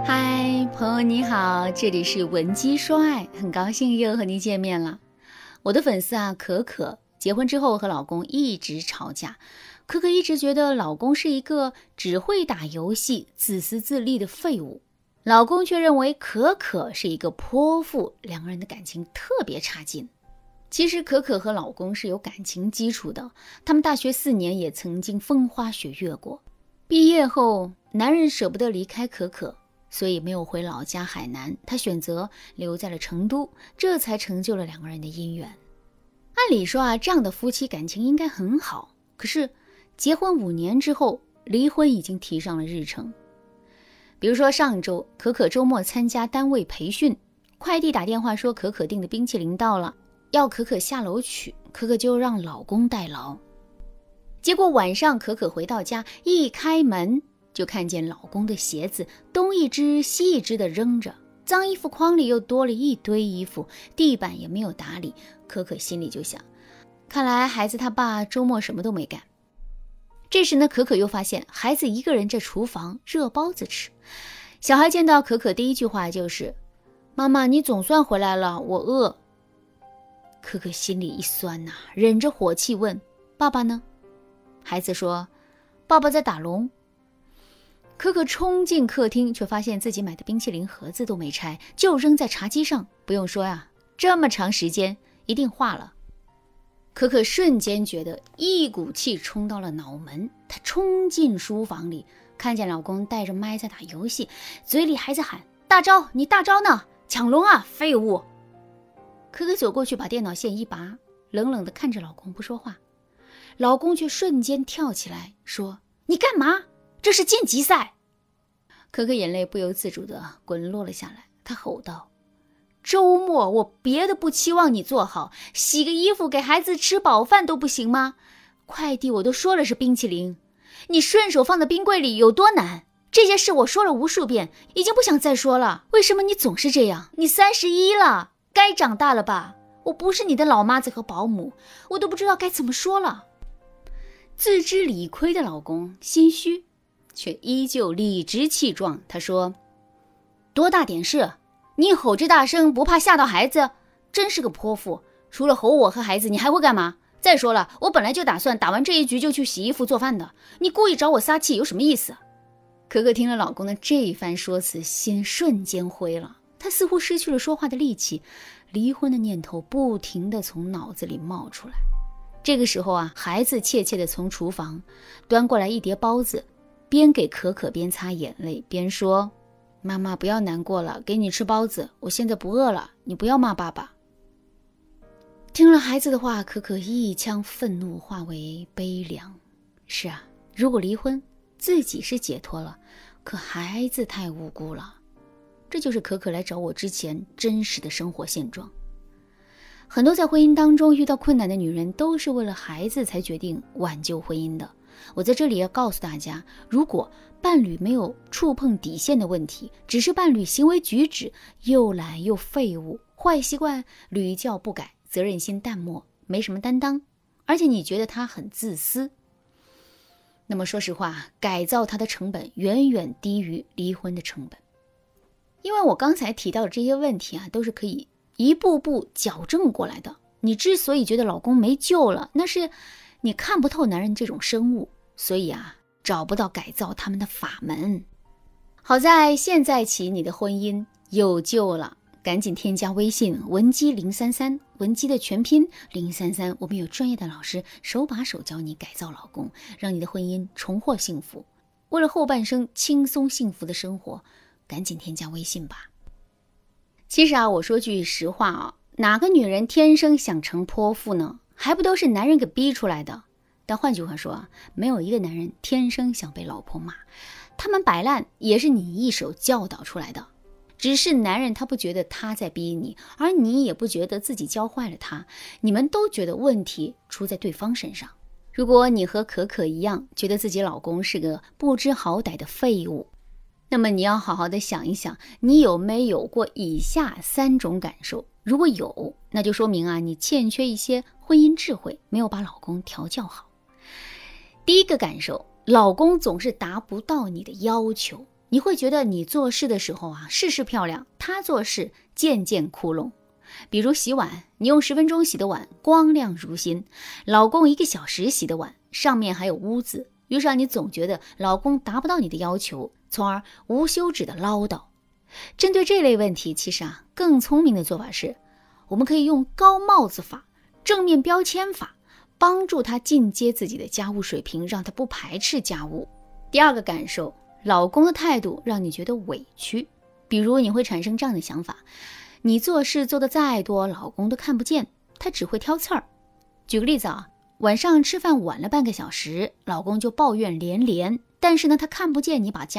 嗨，朋友你好，这里是文姬说爱，很高兴又和你见面了。我的粉丝可可结婚之后和老公一直吵架，可可一直觉得老公是一个只会打游戏、自私自利的废物，老公却认为可可是一个泼妇，两个人的感情特别差劲。其实可可和老公是有感情基础的，他们大学4年也曾经风花雪月过。毕业后，男人舍不得离开可可，所以没有回老家海南，他选择留在了成都，这才成就了两个人的姻缘。按理说这样的夫妻感情应该很好，可是结婚5年之后，离婚已经提上了日程。比如说上周，可可周末参加单位培训，快递打电话说可可订的冰淇淋到了，要可可下楼取，可可就让老公代劳。结果晚上可可回到家，一开门就看见老公的鞋子东一只西一只的扔着，脏衣服筐里又多了一堆衣服，地板也没有打理。可可心里就想，看来孩子他爸周末什么都没干。这时呢，可可又发现孩子一个人在厨房热包子吃。小孩见到可可第一句话就是：妈妈，你总算回来了，我饿。可可心里一酸忍着火气问：爸爸呢？孩子说：爸爸在打龙。可可冲进客厅，却发现自己买的冰淇淋盒子都没拆，就扔在茶几上。不用说这么长时间一定化了。可可瞬间觉得一股气冲到了脑门，她冲进书房里，看见老公带着麦在打游戏，嘴里还在喊：大招，你大招呢？抢龙废物！可可走过去把电脑线一拔，冷冷地看着老公不说话。老公却瞬间跳起来说：你干嘛？这是晋级赛！可可眼泪不由自主地滚落了下来，她吼道：周末我别的不期望你做好，洗个衣服给孩子吃饱饭都不行吗？快递我都说了是冰淇淋，你顺手放在冰柜里有多难？这些事我说了无数遍，已经不想再说了。为什么你总是这样？你31了，该长大了吧？我不是你的老妈子和保姆，我都不知道该怎么说了。自知理亏的老公心虚，却依旧理直气壮。他说：多大点事？你吼这大声不怕吓到孩子？真是个泼妇，除了吼我和孩子你还会干嘛？再说了，我本来就打算打完这一局就去洗衣服做饭的，你故意找我撒气有什么意思？可可听了老公的这一番说辞，心瞬间灰了，她似乎失去了说话的力气，离婚的念头不停地从脑子里冒出来。这个时候孩子怯怯地从厨房端过来一碟包子，边给可可边擦眼泪，边说：妈妈不要难过了，给你吃包子，我现在不饿了，你不要骂爸爸。听了孩子的话，可可一腔愤怒化为悲凉。是如果离婚，自己是解脱了，可孩子太无辜了。这就是可可来找我之前真实的生活现状。很多在婚姻当中遇到困难的女人，都是为了孩子才决定挽救婚姻的。我在这里要告诉大家，如果伴侣没有触碰底线的问题，只是伴侣行为举止又懒又废物，坏习惯屡教不改，责任心淡漠，没什么担当，而且你觉得他很自私，那么说实话，改造他的成本远远低于离婚的成本。因为我刚才提到的这些问题都是可以一步步矫正过来的。你之所以觉得老公没救了，那是你看不透男人这种生物，所以找不到改造他们的法门。好在现在起你的婚姻有救了，赶紧添加微信文姬033，文姬的全拼033，我们有专业的老师手把手教你改造老公，让你的婚姻重获幸福。为了后半生轻松幸福的生活，赶紧添加微信吧。其实我说句实话哪个女人天生想成泼妇呢？还不都是男人给逼出来的。但换句话说没有一个男人天生想被老婆骂，他们摆烂也是你一手教导出来的。只是男人他不觉得他在逼你，而你也不觉得自己教坏了他，你们都觉得问题出在对方身上。如果你和可可一样觉得自己老公是个不知好歹的废物，那么你要好好的想一想，你有没有过以下3种感受？如果有，那就说明你欠缺一些婚姻智慧，没有把老公调教好。第一个感受，老公总是达不到你的要求， 你会觉得你做事的时候啊，事事漂亮，他做事件件窟窿。比如洗碗，你用10分钟洗的碗光亮如新，老公1个小时洗的碗上面还有污渍，于是你总觉得老公达不到你的要求，从而无休止的唠叨。针对这类问题，其实更聪明的做法是，我们可以用高帽子法、正面标签法，帮助他进阶自己的家务水平，让他不排斥家务。第二个感受，老公的态度让你觉得委屈。比如你会产生这样的想法，你做事做得再多，老公都看不见，他只会挑刺儿。举个例子晚上吃饭晚了半个小时，老公就抱怨连连，但是他看不见你把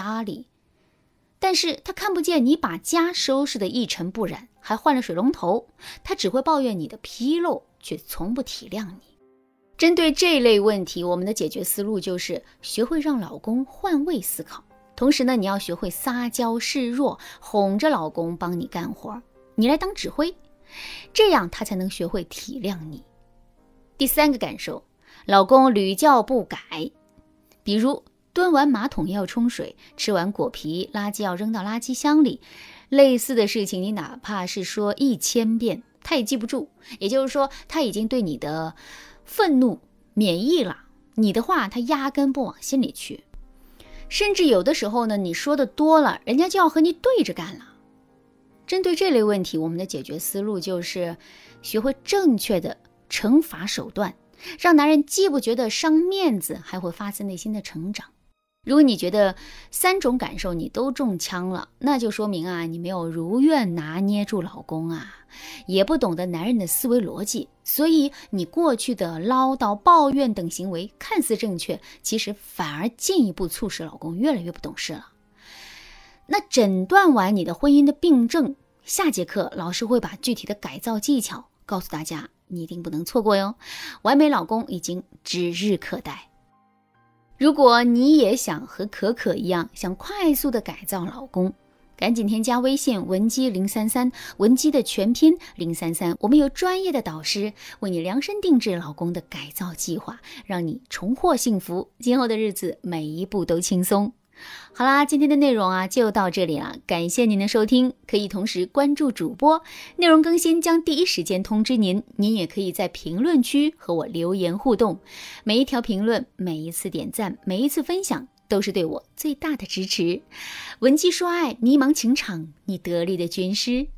家收拾得一尘不染，还换了水龙头，他只会抱怨你的纰漏，却从不体谅你。针对这类问题，我们的解决思路就是学会让老公换位思考，同时你要学会撒娇示弱，哄着老公帮你干活，你来当指挥，这样他才能学会体谅你。第三个感受，老公屡教不改。比如蹲完马桶要冲水，吃完果皮垃圾要扔到垃圾箱里，类似的事情你哪怕是说1000遍他也记不住，也就是说他已经对你的愤怒免疫了，你的话他压根不往心里去。甚至有的时候呢，你说的多了，人家就要和你对着干了。针对这类问题，我们的解决思路就是学会正确的惩罚手段，让男人既不觉得伤面子，还会发自内心的成长。如果你觉得3种感受你都中枪了，那就说明你没有如愿拿捏住老公也不懂得男人的思维逻辑，所以你过去的唠叨、抱怨等行为看似正确，其实反而进一步促使老公越来越不懂事了。那诊断完你的婚姻的病症，下节课老师会把具体的改造技巧告诉大家，你一定不能错过哟。完美老公已经指日可待。如果你也想和可可一样，想快速的改造老公，赶紧添加微信文姬033，文姬的全拼033，我们有专业的导师为你量身定制老公的改造计划，让你重获幸福，今后的日子每一步都轻松。好啦，今天的内容就到这里了，感谢您的收听，可以同时关注主播，内容更新将第一时间通知您。您也可以在评论区和我留言互动，每一条评论，每一次点赞，每一次分享，都是对我最大的支持。文姬说爱，迷茫情场，你得力的军师。